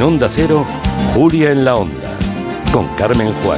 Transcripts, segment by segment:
Onda Cero, Julia en la Onda, con Carmen Juan.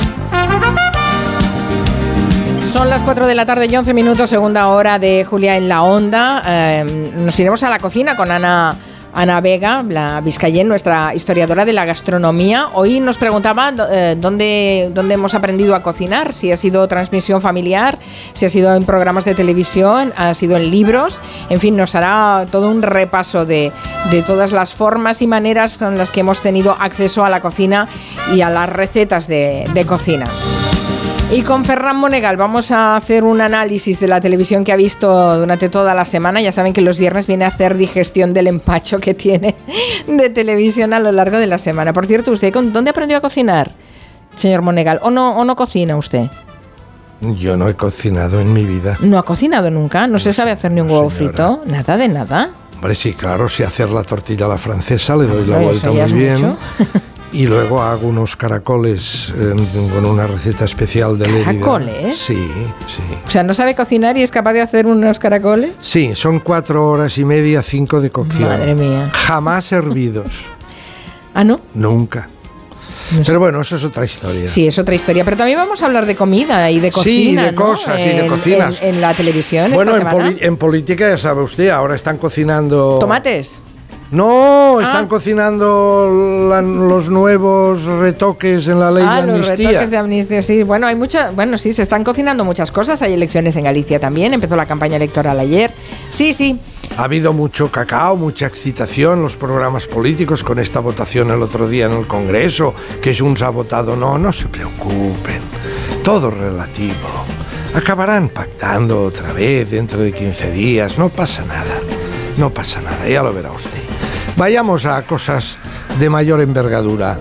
Son las 4 de la tarde y 11 minutos, segunda hora de Julia en la Onda. Nos iremos a la cocina con Ana Vega, la Vizcayén, nuestra historiadora de la gastronomía. Hoy nos preguntaba dónde hemos aprendido a cocinar, si ha sido transmisión familiar, si ha sido en programas de televisión, ha sido en libros. En fin, nos hará todo un repaso de todas las formas y maneras con las que hemos tenido acceso a la cocina y a las recetas de cocina. Y con Ferran Monegal vamos a hacer un análisis de la televisión que ha visto durante toda la semana. Ya saben que los viernes viene a hacer digestión del empacho que tiene de televisión a lo largo de la semana. Por cierto, ¿usted dónde aprendió a cocinar, señor Monegal? ¿O no cocina usted? Yo no he cocinado en mi vida. ¿No ha cocinado nunca? ¿No se sabe hacer ni un huevo frito? ¿Nada de nada? Hombre, sí, claro, si hacer la tortilla a la francesa le doy la vuelta muy bien. Y luego hago unos caracoles con una receta especial de Lérida. ¿Caracoles? Sí. O sea, ¿no sabe cocinar y es capaz de hacer unos caracoles? Sí, son 4 horas y media, 5 de cocción. Madre mía. Jamás hervidos. ¿Ah, no? Nunca. No sé. Pero bueno, eso es otra historia. Sí, es otra historia. Pero también vamos a hablar de comida y de cocina, sí, de cosas, ¿no? y de cocinas. En la televisión. Bueno, esta en política ya sabe usted, ahora están cocinando... ¿Tomates? No, están cocinando los nuevos retoques en la ley de amnistía. Los retoques de amnistía, sí. Bueno, sí, se están cocinando muchas cosas. Hay elecciones en Galicia también. Empezó la campaña electoral ayer. Sí. Ha habido mucho cacao, mucha excitación, los programas políticos con esta votación el otro día en el Congreso, que Junts ha votado no se preocupen. Todo relativo. Acabarán pactando otra vez dentro de 15 días. No pasa nada, ya lo verá usted. Vayamos a cosas de mayor envergadura.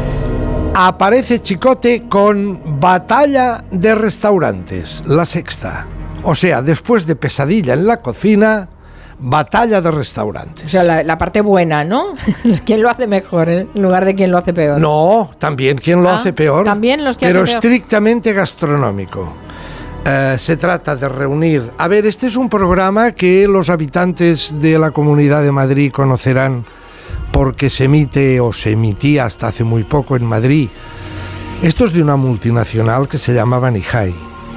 Aparece Chicote con Batalla de Restaurantes, La Sexta. O sea, después de Pesadilla en la cocina, Batalla de Restaurantes. O sea, la parte buena, ¿no? ¿Quién lo hace mejor en lugar de quién lo hace peor? No, también quién lo hace peor. También los que pero hacen peor. Estrictamente gastronómico. Se trata de reunir... A ver, este es un programa que los habitantes de la Comunidad de Madrid conocerán porque se emite o se emitía hasta hace muy poco en Madrid. Esto es de una multinacional que se llama Banijay,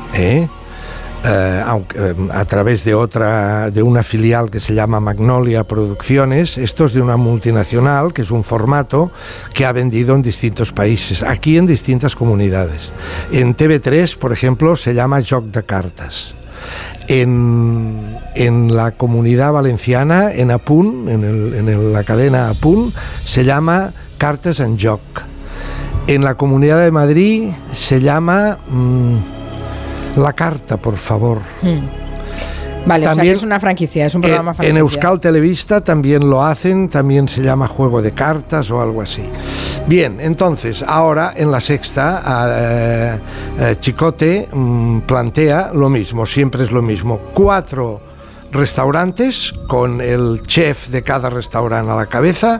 a través de una filial que se llama Magnolia Producciones. Esto es de una multinacional que es un formato que ha vendido en distintos países, aquí en distintas comunidades. En TV3, por ejemplo, se llama Joc de Cartes. En la Comunidad Valenciana, en Apunt, en la cadena Apunt, se llama Cartes en Joc. En la Comunidad de Madrid se llama... La Carta, por favor. Vale, también, o sea que es una franquicia, es un programa franquicia. En Euskal Televista también lo hacen, también se llama Juego de Cartas o algo así. Bien, entonces, ahora en La Sexta, Chicote plantea lo mismo, siempre es lo mismo. 4 restaurantes con el chef de cada restaurante a la cabeza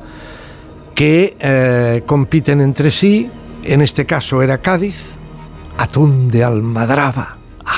que compiten entre sí. En este caso era Cádiz, atún de Almadraba.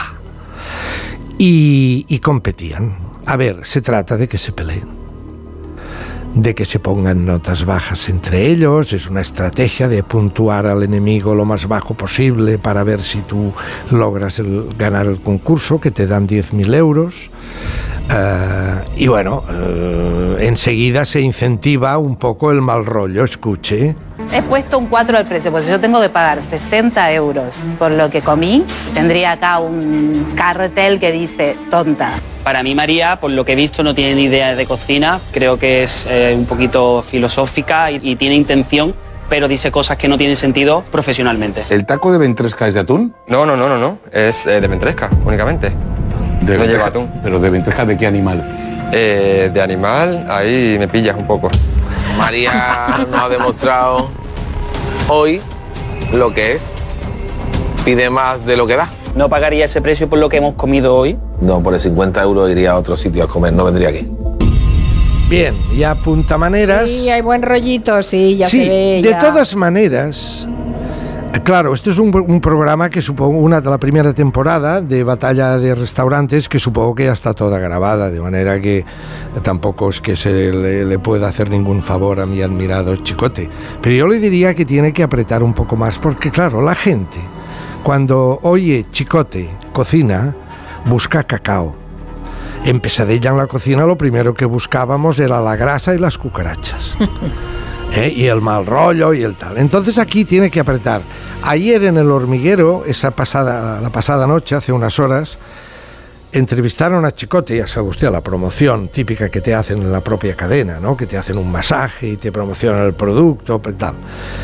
Y competían. A ver, se trata de que se peleen, de que se pongan notas bajas entre ellos. Es una estrategia de puntuar al enemigo lo más bajo posible para ver si tú logras ganar el concurso, que te dan 10.000 euros. Y bueno, enseguida se incentiva un poco el mal rollo. Escuche. He puesto un 4 al precio, porque si yo tengo que pagar 60 euros por lo que comí, tendría acá un cartel que dice tonta. Para mí María, por lo que he visto, no tiene ni idea de cocina. Creo que es un poquito filosófica y tiene intención, pero dice cosas que no tienen sentido profesionalmente. ¿El taco de ventresca es de atún? No. Es de ventresca, únicamente. No lleva atún. ¿Pero de ventresca de qué animal? De animal, ahí me pillas un poco. María nos ha demostrado hoy lo que es. Pide más de lo que da. ¿No pagaría ese precio por lo que hemos comido hoy? No, por el 50 euros iría a otro sitio a comer, no vendría aquí. Bien, y a puntamaneras... Sí, hay buen rollito, sí, ya sí, se ve. De todas maneras, Claro, este es un programa que supongo, una de la primera temporada de Batalla de Restaurantes, que supongo que ya está toda grabada, de manera que tampoco es que se le pueda hacer ningún favor a mi admirado Chicote. Pero yo le diría que tiene que apretar un poco más, porque claro, la gente, cuando oye Chicote cocina, busca cacao. En Pesadilla en la cocina lo primero que buscábamos era la grasa y las cucarachas. Y el mal rollo y el tal. Entonces aquí tiene que apretar. Ayer en El Hormiguero, la pasada noche, hace unas horas, entrevistaron a Chicote, ya sabe usted, a la promoción típica que te hacen en la propia cadena, ¿no? Que te hacen un masaje y te promocionan el producto, tal.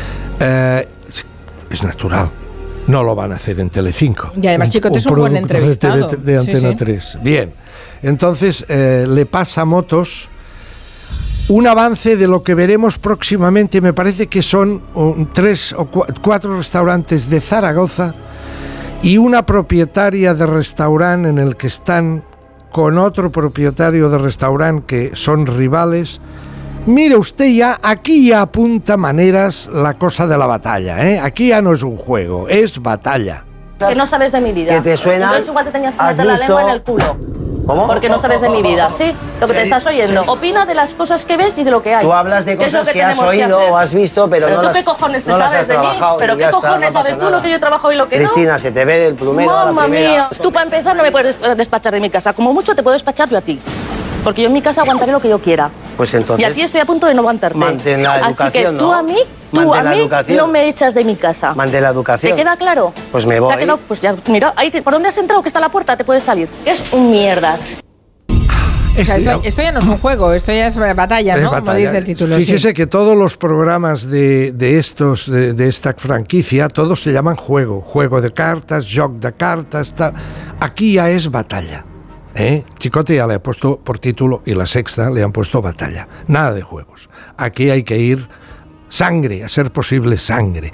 Es natural. No lo van a hacer en Telecinco. Y además Chicote es un buen entrevistado. De Antena 3. Bien. Entonces le pasa a Motos un avance de lo que veremos próximamente. Me parece que son 3 o 4 restaurantes de Zaragoza y una propietaria de restaurante en el que están con otro propietario de restaurante que son rivales. Mire usted, aquí ya apunta maneras la cosa de la batalla, ¿eh? Aquí ya no es un juego, es batalla. Que no sabes de mi vida. ¿Que te suena? Entonces igual te tenías que meter la lengua en el culo. ¿Cómo? Porque no sabes de mi vida. Sí, lo que te estás oyendo. Sí. Opina de las cosas que ves y de lo que hay. Tú hablas de cosas que has oído o has visto, pero no tú las, qué cojones te no sabes las has de mí. trabajado. Pero qué cojones sabes tú lo que yo trabajo y lo que no. Cristina, se te ve del plumero a la Mamma primera. mía. Tú para empezar no me puedes despachar de mi casa. Como mucho te puedo despachar yo a ti. Porque yo en mi casa aguantaré lo que yo quiera. Pues entonces... Y aquí estoy a punto de no aguantarte. Mantén la educación, así que tú ¿no? a mí no me echas de mi casa. Mantén la educación. ¿Te queda claro? Pues me voy. ¿Te ha quedado? Pues ya, mira, ahí ¿por dónde has entrado? Que está la puerta, te puedes salir. Es un mierdas. O sea, esto ya no es un juego, esto ya es batalla, ¿no? Batalla. Como dice el título. Fíjese sí. que todos los programas de esta franquicia, todos se llaman juego de cartas, joc de cartas, tal. Aquí ya es batalla. Chicote ya le ha puesto por título, y La Sexta le han puesto batalla. Nada de juegos. Aquí hay que ir sangre, a ser posible sangre.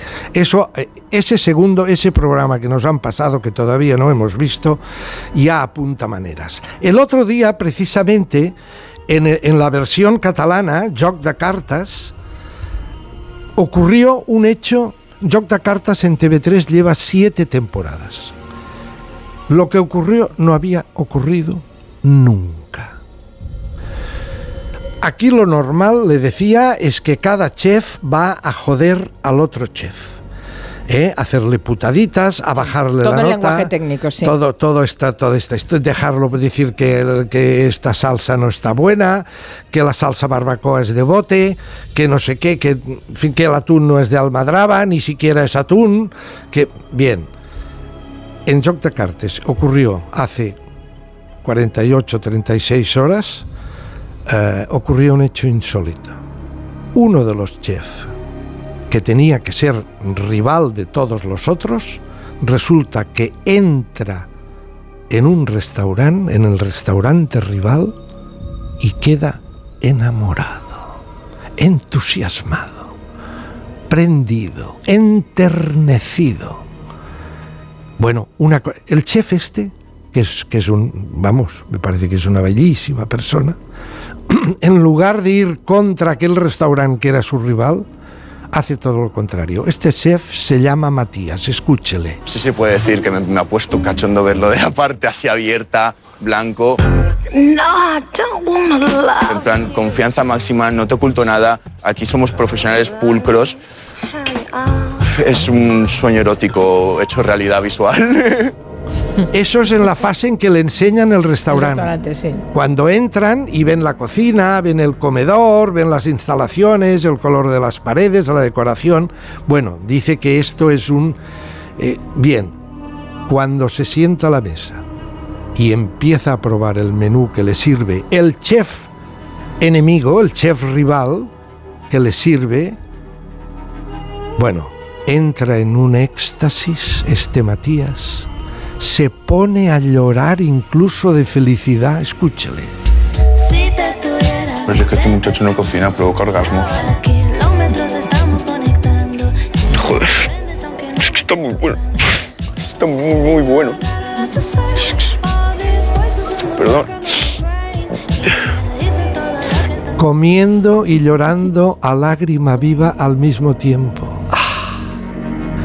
Ese programa que nos han pasado, que todavía no hemos visto, ya apunta maneras. El otro día, precisamente, en la versión catalana, Joc de Cartas, ocurrió un hecho. Joc de Cartas en TV3 lleva 7 temporadas. Lo que ocurrió no había ocurrido nunca. Aquí lo normal, le decía, es que cada chef va a joder al otro chef. Hacerle putaditas, a bajarle todo la nota. Todo el lenguaje técnico, sí. Todo esta, dejarlo decir que esta salsa no está buena, que la salsa barbacoa es de bote, que no sé qué, que el atún no es de almadraba, ni siquiera es atún, que... Bien. En Joc de Cartes ocurrió hace 48, 36 horas, ocurrió un hecho insólito. Uno de los chefs, que tenía que ser rival de todos los otros, resulta que entra en un restaurante, en el restaurante rival, y queda enamorado, entusiasmado, prendido, enternecido. Bueno, el chef que es me parece que es una bellísima persona, en lugar de ir contra aquel restaurante que era su rival, hace todo lo contrario. Este chef se llama Matías, escúchele. Sí se puede decir que me ha puesto cachondo verlo de la parte así abierta, blanco. No, I don't wanna love. En plan, confianza máxima, no te oculto nada, aquí somos profesionales pulcros. Es un sueño erótico hecho realidad visual. Eso es en la fase en que le enseñan el restaurante. Sí. Cuando entran y ven la cocina, ven el comedor, ven las instalaciones, el color de las paredes, la decoración. Bueno, dice que esto es bien, cuando se sienta a la mesa y empieza a probar el menú que le sirve el chef enemigo, el chef rival que le sirve, bueno, entra en un éxtasis Matías. Se pone a llorar incluso de felicidad. Escúchale. Pues es que este muchacho no cocina, provoca orgasmos. Joder, es que está muy bueno. Está muy bueno. Perdón. Comiendo y llorando a lágrima viva al mismo tiempo.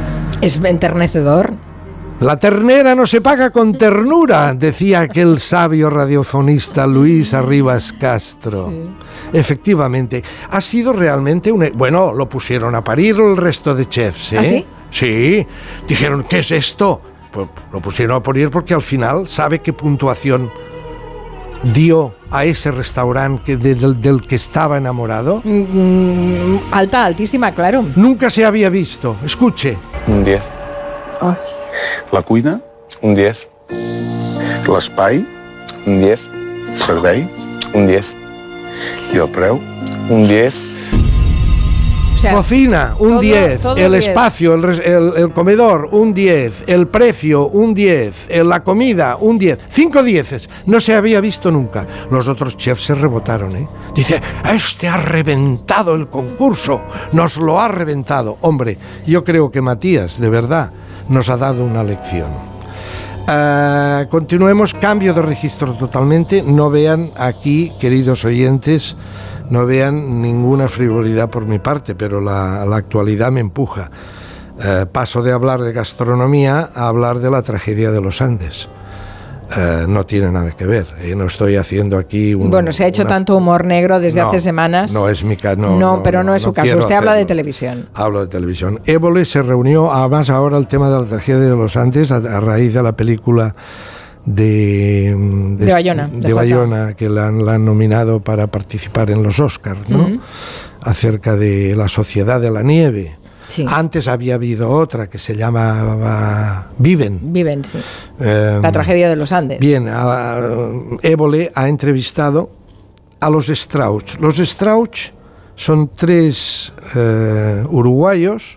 Es enternecedor. La ternera no se paga con ternura, decía aquel sabio radiofonista Luis Arribas Castro. Sí. Efectivamente, ha sido realmente bueno, lo pusieron a parir el resto de chefs, ¿eh? ¿Ah, sí? Sí, dijeron, ¿qué es esto? Pues lo pusieron a parir porque al final, ¿sabe qué puntuación dio a ese restaurante del que estaba enamorado? Alta, altísima, claro. Nunca se había visto. Escuche. Un 10. Oh. La cuina, un 10. L'espai, un 10. Servei, un 10. I el preu, un 10. O sea, cocina, un 10. El 10. Espacio, el comedor, un 10. El precio, un 10. La comida, un 10. 5 dieces. No se había visto nunca. Los otros chefs se rebotaron, ¿eh? Dice, este ha reventado el concurso. Nos lo ha reventado. Hombre, yo creo que Matías, de verdad, nos ha dado una lección. Continuemos, cambio de registro totalmente. No vean aquí, queridos oyentes, no vean ninguna frivolidad por mi parte, pero la actualidad me empuja. Paso de hablar de gastronomía a hablar de la tragedia de los Andes. No tiene nada que ver. No estoy haciendo aquí bueno, se ha hecho tanto humor negro desde hace semanas. No es mi caso. Pero no es su caso. Usted habla de televisión. Hablo de televisión. Évole se reunió, además ahora el tema de la tragedia de los Andes, a raíz de la película de Bayona, que la han nominado para participar en los Oscars, ¿no? Acerca de la sociedad de la nieve. Sí. Antes había habido otra que se llamaba Viven, sí. La tragedia de los Andes. Bien, Évole ha entrevistado a los Strauch. Los Strauch son 3 uruguayos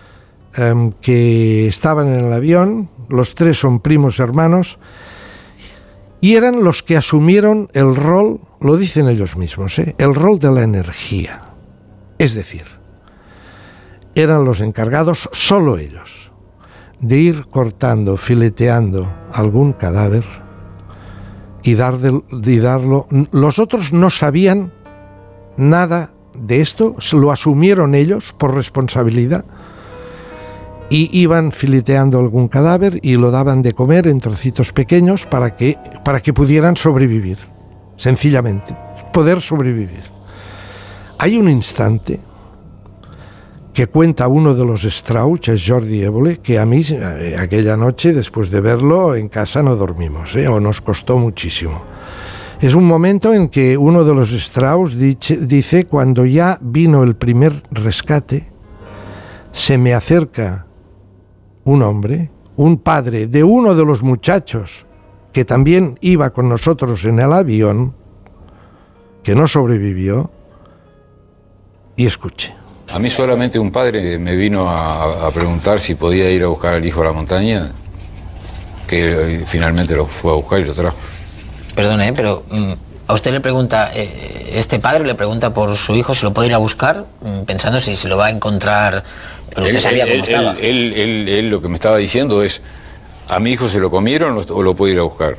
que estaban en el avión. Los 3 son primos hermanos y eran los que asumieron el rol, lo dicen ellos mismos, el rol de la energía. Es decir, eran los encargados, solo ellos, de ir cortando, fileteando algún cadáver y darlo. Los otros no sabían nada de esto, lo asumieron ellos por responsabilidad y iban fileteando algún cadáver y lo daban de comer en trocitos pequeños para que pudieran sobrevivir, sencillamente, poder sobrevivir. Hay un instante que cuenta uno de los Strauch, es Jordi Évole, que a mí aquella noche, después de verlo, en casa no dormimos, o nos costó muchísimo. Es un momento en que uno de los Strauch dice, cuando ya vino el primer rescate, se me acerca un hombre, un padre de uno de los muchachos que también iba con nosotros en el avión, que no sobrevivió, y escuche. A mí solamente un padre me vino a preguntar si podía ir a buscar al hijo a la montaña, que finalmente lo fue a buscar y lo trajo. Perdone, pero a usted le pregunta, este padre le pregunta por su hijo si lo puede ir a buscar, pensando si se lo va a encontrar, pero usted sabía cómo estaba. Él lo que me estaba diciendo es, ¿a mi hijo se lo comieron o lo puede ir a buscar?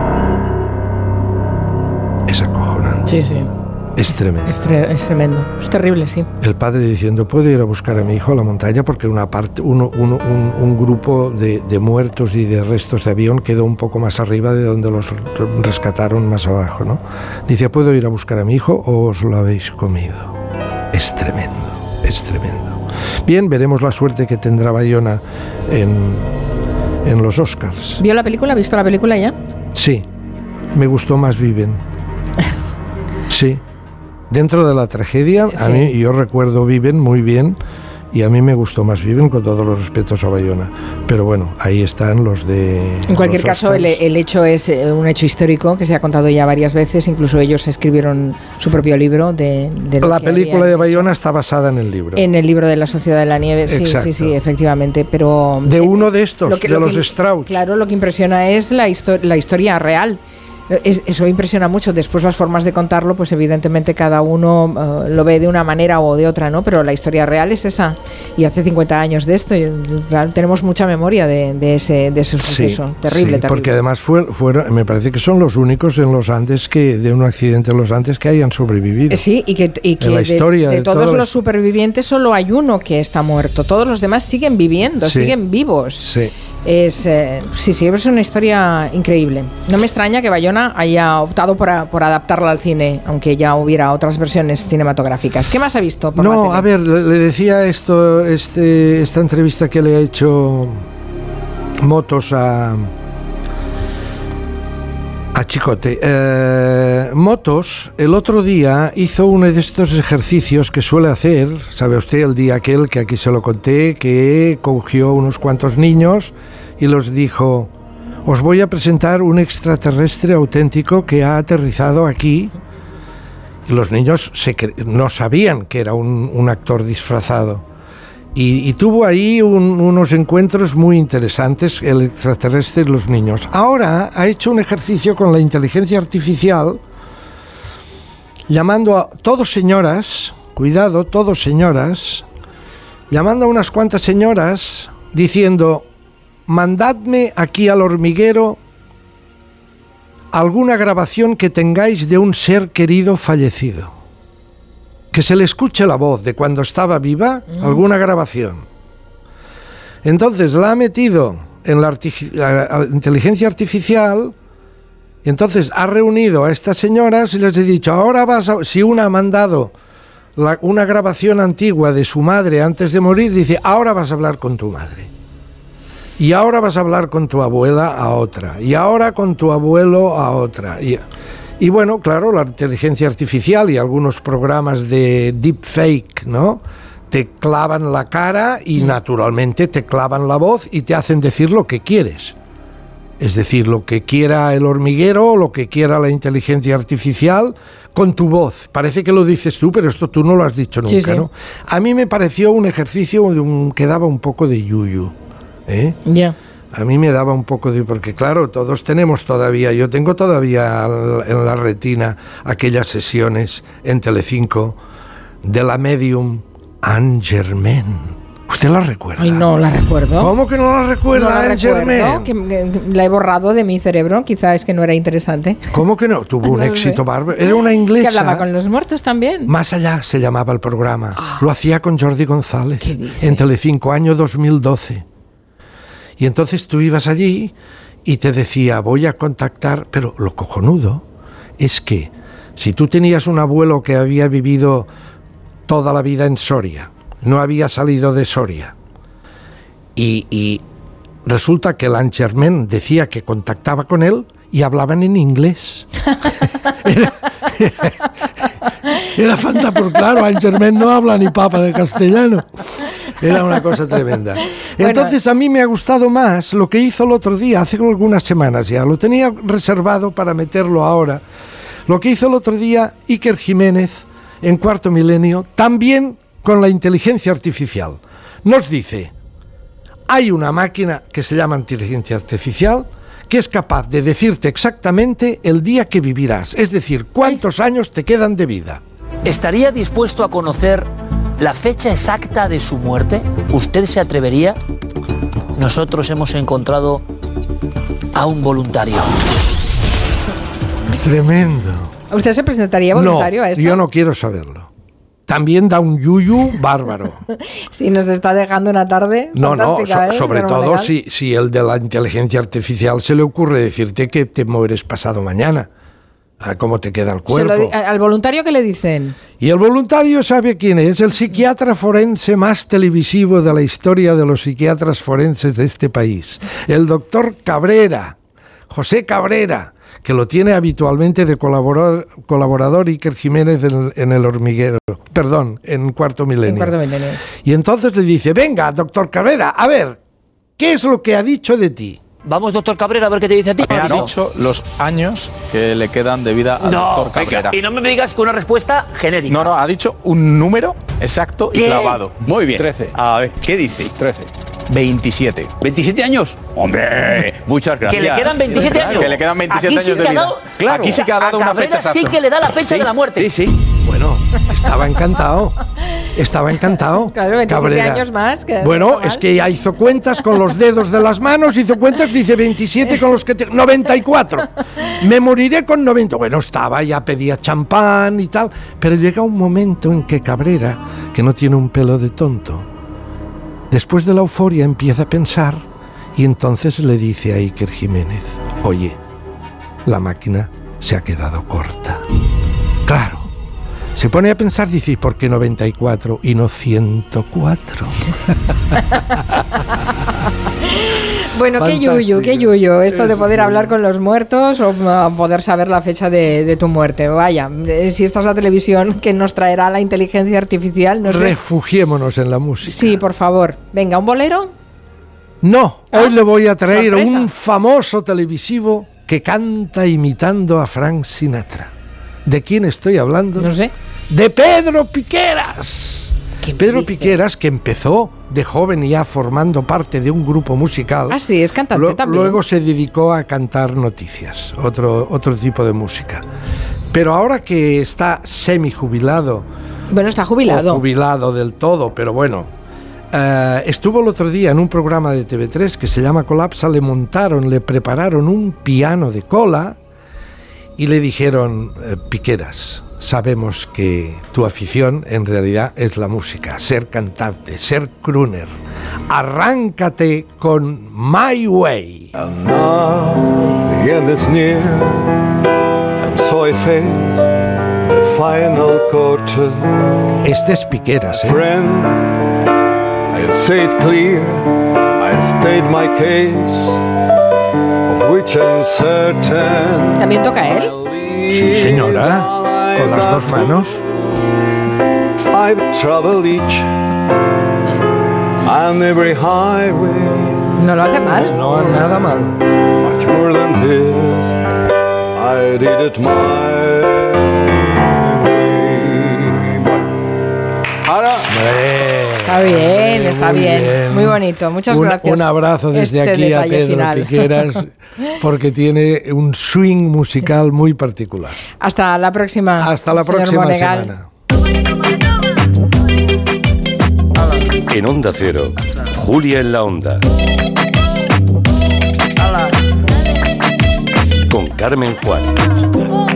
Es acojonante. Sí. Es tremendo. Es tremendo. Es terrible, sí. El padre diciendo, puedo ir a buscar a mi hijo a la montaña porque un grupo de muertos y de restos de avión quedó un poco más arriba de donde los rescataron más abajo, ¿no? Dice, ¿puedo ir a buscar a mi hijo o os lo habéis comido? Es tremendo, es tremendo. Bien, veremos la suerte que tendrá Bayona en los Oscars. ¿Vio la película? ¿Ha visto la película ya? Sí, me gustó más Viven. Sí. Dentro de la tragedia, sí. A mí, yo recuerdo Viven muy bien y a mí me gustó más Viven, con todos los respetos a Bayona. Pero bueno, ahí están los de... En cualquier caso, el hecho es un hecho histórico que se ha contado ya varias veces. Incluso ellos escribieron su propio libro de la película de Bayona está basada en el libro. En el libro de la Sociedad de la Nieve, sí, exacto. Sí, efectivamente. Pero de uno de estos, de los Strauch. Claro, lo que impresiona es la historia real. Eso impresiona mucho. Después las formas de contarlo, pues evidentemente cada uno lo ve de una manera o de otra, ¿no? Pero la historia real es esa. Y hace 50 años de esto, y tenemos mucha memoria de ese suceso. Terrible. Porque además me parece que son los únicos en los Andes de un accidente en los Andes que hayan sobrevivido. Sí, y que la historia de todos los supervivientes solo hay uno que está muerto. Todos los demás siguen viviendo, siguen vivos. Sí. Es una historia increíble. No me extraña que Bayona haya optado por adaptarla al cine, aunque ya hubiera otras versiones cinematográficas. ¿Qué más ha visto por la tele? A ver, le decía esta entrevista que le ha hecho Motos a Chicote. Motos el otro día hizo uno de estos ejercicios que suele hacer, sabe usted, el día aquel que aquí se lo conté, que cogió unos cuantos niños y los dijo: os voy a presentar un extraterrestre auténtico que ha aterrizado aquí. Y los niños no sabían que era un actor disfrazado. Y tuvo ahí unos encuentros muy interesantes, el extraterrestre y los niños. Ahora ha hecho un ejercicio con la inteligencia artificial, llamando a todos señoras, cuidado, todos señoras, llamando a unas cuantas señoras, diciendo: mandadme aquí al hormiguero alguna grabación que tengáis de un ser querido fallecido. Que se le escuche la voz de cuando estaba viva, alguna grabación. Entonces la ha metido en la inteligencia artificial, y entonces ha reunido a estas señoras y les he dicho: ahora si una ha mandado una grabación antigua de su madre antes de morir, dice: ahora vas a hablar con tu madre. Y ahora vas a hablar con tu abuela a otra. Y ahora con tu abuelo a otra. Y bueno, claro, la inteligencia artificial y algunos programas de deepfake, ¿no?, te clavan la cara y naturalmente te clavan la voz y te hacen decir lo que quieres. Es decir, lo que quiera el hormiguero, lo que quiera la inteligencia artificial, con tu voz. Parece que lo dices tú, pero esto tú no lo has dicho nunca, ¿no? A mí me pareció un ejercicio que daba un poco de yuyu, ¿eh? Ya. A mí me daba un poco de... Porque claro, todos tenemos todavía... Yo tengo todavía en la retina aquellas sesiones en Telecinco de la medium Anne Germain. ¿Usted la recuerda? Ay, no la recuerdo. ¿Cómo que no la recuerda, no Anne Germain? Que la he borrado de mi cerebro. Quizá es que no era interesante. ¿Cómo que no? Tuvo un éxito bárbaro. Era una inglesa. Que hablaba con los muertos también. Más allá se llamaba el programa. Lo hacía con Jordi González. ¿Qué dice? En Telecinco, año 2012. Y entonces tú ibas allí y te decía: voy a contactar... Pero lo cojonudo es que si tú tenías un abuelo que había vivido toda la vida en Soria, no había salido de Soria, y resulta que el Anne Germain decía que contactaba con él y hablaban en inglés. Era fantástico, porque claro, Anne Germain no habla ni papa de castellano. Era una cosa tremenda. Entonces a mí me ha gustado más lo que hizo el otro día, hace algunas semanas ya, lo tenía reservado para meterlo ahora, lo que hizo el otro día Iker Jiménez en Cuarto Milenio, también con la inteligencia artificial. Nos dice: hay una máquina que se llama inteligencia artificial que es capaz de decirte exactamente el día que vivirás, es decir, cuántos años te quedan de vida. ¿Estaría dispuesto a conocer la fecha exacta de su muerte? ¿Usted se atrevería? Nosotros hemos encontrado a un voluntario. Tremendo. ¿Usted se presentaría voluntario a esto? Yo no quiero saberlo. También da un yuyu bárbaro. Si nos está dejando una tarde fantástica, sobre todo si el de la inteligencia artificial se le ocurre decirte que te mueres pasado mañana. ¿Cómo te queda el cuerpo? ¿Al voluntario qué le dicen? Y el voluntario sabe quién es, el psiquiatra forense más televisivo de la historia de los psiquiatras forenses de este país, el doctor Cabrera, José Cabrera, que lo tiene habitualmente de colaborador Iker Jiménez en El Hormiguero, perdón, en Cuarto Milenio. Y entonces le dice: venga, doctor Cabrera, a ver, ¿qué es lo que ha dicho de ti? Vamos, doctor Cabrera, a ver qué te dice a ti. Me ha dicho los años que le quedan de vida al doctor Cabrera. Y no me digas con una respuesta genérica. No, ha dicho un número exacto y clavado. Muy bien. 13. A ver, ¿qué dice? 13. 27. ¿27 años? ¡Hombre! Muchas gracias. Que le quedan 27 años. Que le quedan 27 Aquí años sí de que ha vida. dado, Claro. Aquí sí que ha dado una fecha exacta. Sí que le da la fecha de la muerte. Sí, sí. Bueno, estaba encantado. Estaba encantado. Claro, 27 Cabrera. años más. Que Bueno, es que ya hizo cuentas con los dedos de las manos, hizo cuentas, dice 27 con los que... 94. Me moriré con 90. Bueno, estaba, ya pedía champán y tal, pero llega un momento en que Cabrera, que no tiene un pelo de tonto, después de la euforia empieza a pensar y entonces le dice a Iker Jiménez, oye, la máquina se ha quedado corta. Claro. Se pone a pensar, dice, ¿y por qué 94 y no 104? Bueno, qué yuyu, esto de poder hablar con los muertos o poder saber la fecha de tu muerte. Vaya, si esta es la televisión que nos traerá la inteligencia artificial, no sé. Refugiémonos en la música. Sí, por favor. Venga, ¿un bolero? No, hoy le voy a traer sorpresa. un famoso televisivo que canta imitando a Frank Sinatra. ¿De quién estoy hablando? No sé. De Pedro Piqueras. Pedro Piqueras, que empezó de joven ya formando parte de un grupo musical. Ah, sí, es cantante también. Luego se dedicó a cantar noticias, otro tipo de música. Pero ahora que está semi-jubilado... Bueno, está jubilado. O jubilado del todo, pero bueno... estuvo el otro día en un programa de TV3 que se llama Colapsa, le prepararon un piano de cola y le dijeron, Piqueras, sabemos que tu afición en realidad es la música, ser cantante, ser crooner. Arráncate con My Way. And now the end is near, and so I face the final curtain. Este es Piqueras, ¿eh? Friend, I'll say it clear, I'll state my case, of which I'm certain. ¿También toca él? Sí, señora, con las dos manos. I've traveled each and every highway. No lo hace mal. No, nada mal. Much more than this, I did it my way. Ahora. Está bien. Muy bonito. Muchas gracias. Un abrazo desde aquí a Pedro final. Piqueras, porque tiene un swing musical muy particular. Hasta la próxima. Hasta la señor próxima Monegal. semana. En Onda Cero, Julia en la Onda. Con Carmen Juan.